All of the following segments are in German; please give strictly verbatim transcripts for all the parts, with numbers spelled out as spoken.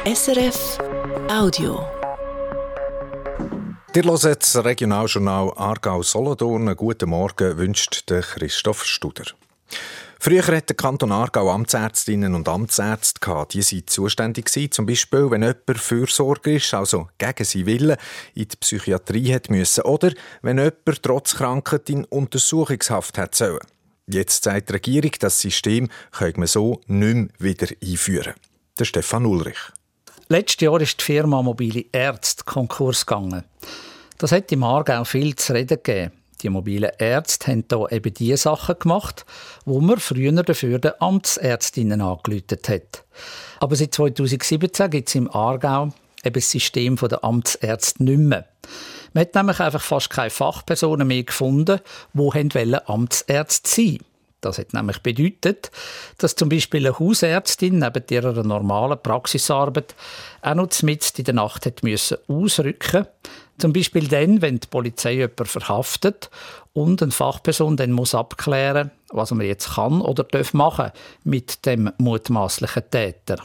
S R F Audio. Ihr hört das Regionaljournal Aargau-Solothurn. Guten Morgen wünscht der Christoph Studer. Früher hatte der Kanton Aargau Amtsärztinnen und Amtsärzte gehabt. Die waren zuständig gewesen, zum Beispiel, wenn jemand Fürsorger ist, also gegen seinen Willen, in die Psychiatrie hat müssen, oder wenn jemand trotz Krankheit in Untersuchungshaft hat sollen. Jetzt sagt die Regierung, das System könne man so nicht mehr wieder einführen. Der Stefan Ulrich. Letztes Jahr ist die Firma Mobile Ärzte Konkurs gegangen. Das hat im Aargau viel zu reden gegeben. Die mobilen Ärzte haben hier eben die Sachen gemacht, wo man früher dafür den Amtsärztinnen angeläutet hat. Aber seit zweitausendsiebzehn gibt es im Aargau eben das System der Amtsärzte nicht mehr. Man hat nämlich einfach fast keine Fachpersonen mehr gefunden, die Amtsärzte sein wollten. Das hat nämlich bedeutet, dass zum Beispiel eine Hausärztin neben ihrer normalen Praxisarbeit auch noch mitten in der Nacht hat müssen ausrücken. Zum Beispiel dann, wenn die Polizei jemanden verhaftet und eine Fachperson dann muss abklären, was man jetzt kann oder darf machen mit dem mutmaßlichen Täter.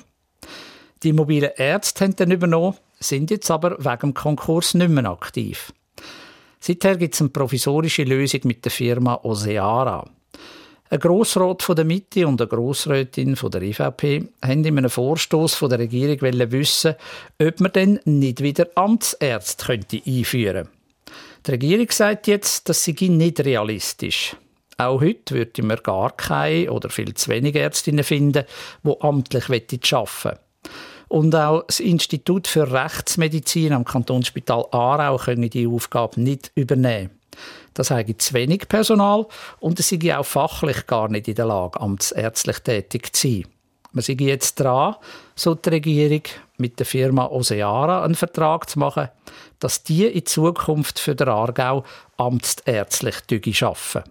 Die mobilen Ärzte haben dann übernommen, sind jetzt aber wegen dem Konkurs nicht mehr aktiv. Seither gibt es eine provisorische Lösung mit der Firma Oseara. Ein Grossrat von der Mitte und eine Grossrätin von der E V P haben in einem Vorstoss von der Regierung wissen, ob man denn nicht wieder Amtsärzte könnte einführen könnte. Die Regierung sagt jetzt, das sei nicht realistisch. Auch heute würde man gar keine oder viel zu wenige Ärztinnen finden, die amtlich arbeiten wollen. Und auch das Institut für Rechtsmedizin am Kantonsspital Aarau könne diese Aufgabe nicht übernehmen. Das habe zu wenig Personal und es sei auch fachlich gar nicht in der Lage, amtsärztlich tätig zu sein. Man sei jetzt dran, so die Regierung, mit der Firma Oseara einen Vertrag zu machen, dass die in Zukunft für den Aargau amtsärztlich arbeiten.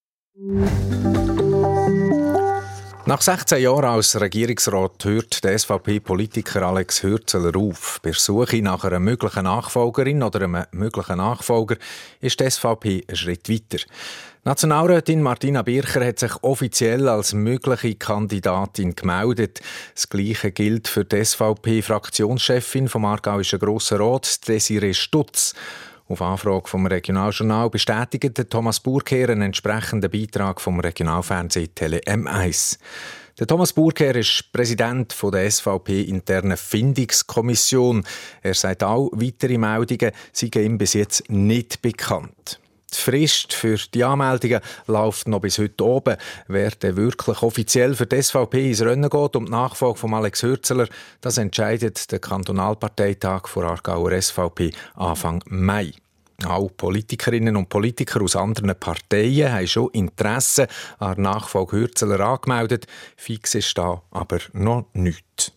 Nach sechzehn Jahren als Regierungsrat hört der S V P-Politiker Alex Hürzeler auf. Bei der Suche nach einer möglichen Nachfolgerin oder einem möglichen Nachfolger ist die S V P einen Schritt weiter. Nationalrätin Martina Bircher hat sich offiziell als mögliche Kandidatin gemeldet. Das Gleiche gilt für die S V P-Fraktionschefin vom Aargauischen Grossen Rat, Desiree Stutz. Auf Anfrage vom Regionaljournal bestätigte Thomas Burkheer einen entsprechenden Beitrag vom Regionalfernsehen Tele M eins. Der Thomas Burkheer ist Präsident der S V P-internen Findungskommission. Er sagt auch, weitere Meldungen seien ihm bis jetzt nicht bekannt. Die Frist für die Anmeldungen läuft noch bis heute oben. Wer denn wirklich offiziell für die S V P ins Rennen geht um die Nachfolge von Alex Hürzeler, das entscheidet der Kantonalparteitag der Aargauer S V P Anfang Mai. Auch Politikerinnen und Politiker aus anderen Parteien haben schon Interesse an der Nachfolge Hürzeler angemeldet. Fix ist da aber noch nichts.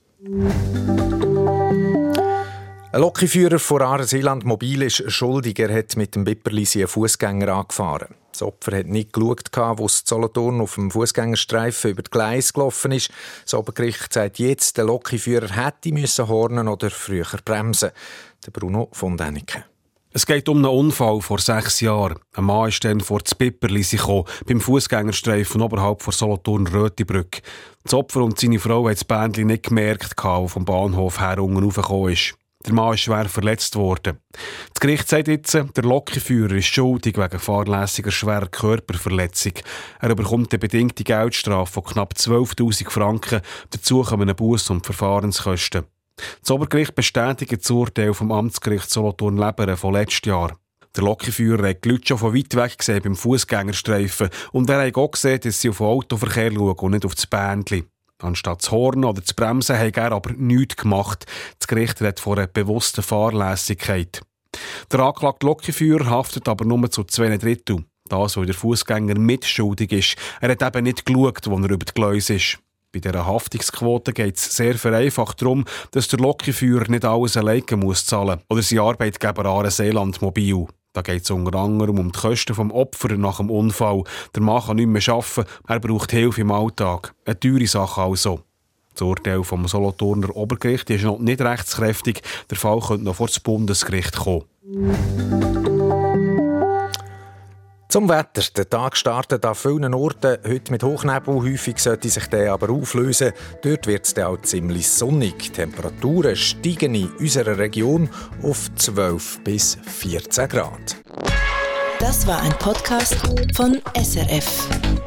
Ein Lokführer von Aare-Seeland Mobil ist schuldig. Er hat mit dem Bipperlisi einen Fußgänger angefahren. Das Opfer hat nicht geschaut, wo es Solothurn auf dem Fußgängerstreifen über die Gleise gelaufen ist. Das Obergericht sagt jetzt, der Lokführer hätte müssen hornen oder früher bremsen. Der Bruno von Däniken. Es geht um einen Unfall vor sechs Jahren. Ein Mann ist dann vor das Bipperlisi gekommen, beim Fußgängerstreifen oberhalb von Solothurn-Rötibrück. Das Opfer und seine Frau haben das Bändchen nicht gemerkt, das vom Bahnhof her unten raufgekommen ist. Der Mann ist schwer verletzt worden. Das Gericht sagt jetzt, der Lokführer ist schuldig wegen fahrlässiger schwerer Körperverletzung. Er bekommt eine bedingte Geldstrafe von knapp zwölftausend Franken. Dazu kommen ein Buss- und Verfahrenskosten. Das Obergericht bestätigt das Urteil vom Amtsgericht Solothurn-Leberen von letztes Jahr. Der Lokführer hat die Leute schon von weit weg gesehen beim Fußgängerstreifen und er hat auch gesehen, dass sie auf den Autoverkehr schauen und nicht auf das Bändchen. Anstatt zu hornen oder zu bremsen, hat er aber nichts gemacht. Das Gericht redet von einer bewussten Fahrlässigkeit. Der angeklagte Lokführer haftet aber nur zu zwei Drittel. Das, weil der Fußgänger mitschuldig ist. Er hat eben nicht geschaut, wo er über die Gleise ist. Bei dieser Haftungsquote geht es sehr vereinfacht darum, dass der Lokführer nicht alles alleine muss zahlen oder sein Arbeitgeber Aare-Seeland Mobil. Da geht es unter anderem um die Kosten des Opfers nach dem Unfall. Der Mann kann nicht mehr arbeiten, er braucht Hilfe im Alltag. Eine teure Sache also. Das Urteil vom Solothurner Obergericht ist noch nicht rechtskräftig. Der Fall könnte noch vor das Bundesgericht kommen. Zum Wetter. Der Tag startet an vielen Orten. Heute mit Hochnebel. Häufig sollte sich der aber auflösen. Dort wird es dann auch ziemlich sonnig. Die Temperaturen steigen in unserer Region auf zwölf bis vierzehn Grad. Das war ein Podcast von S R F.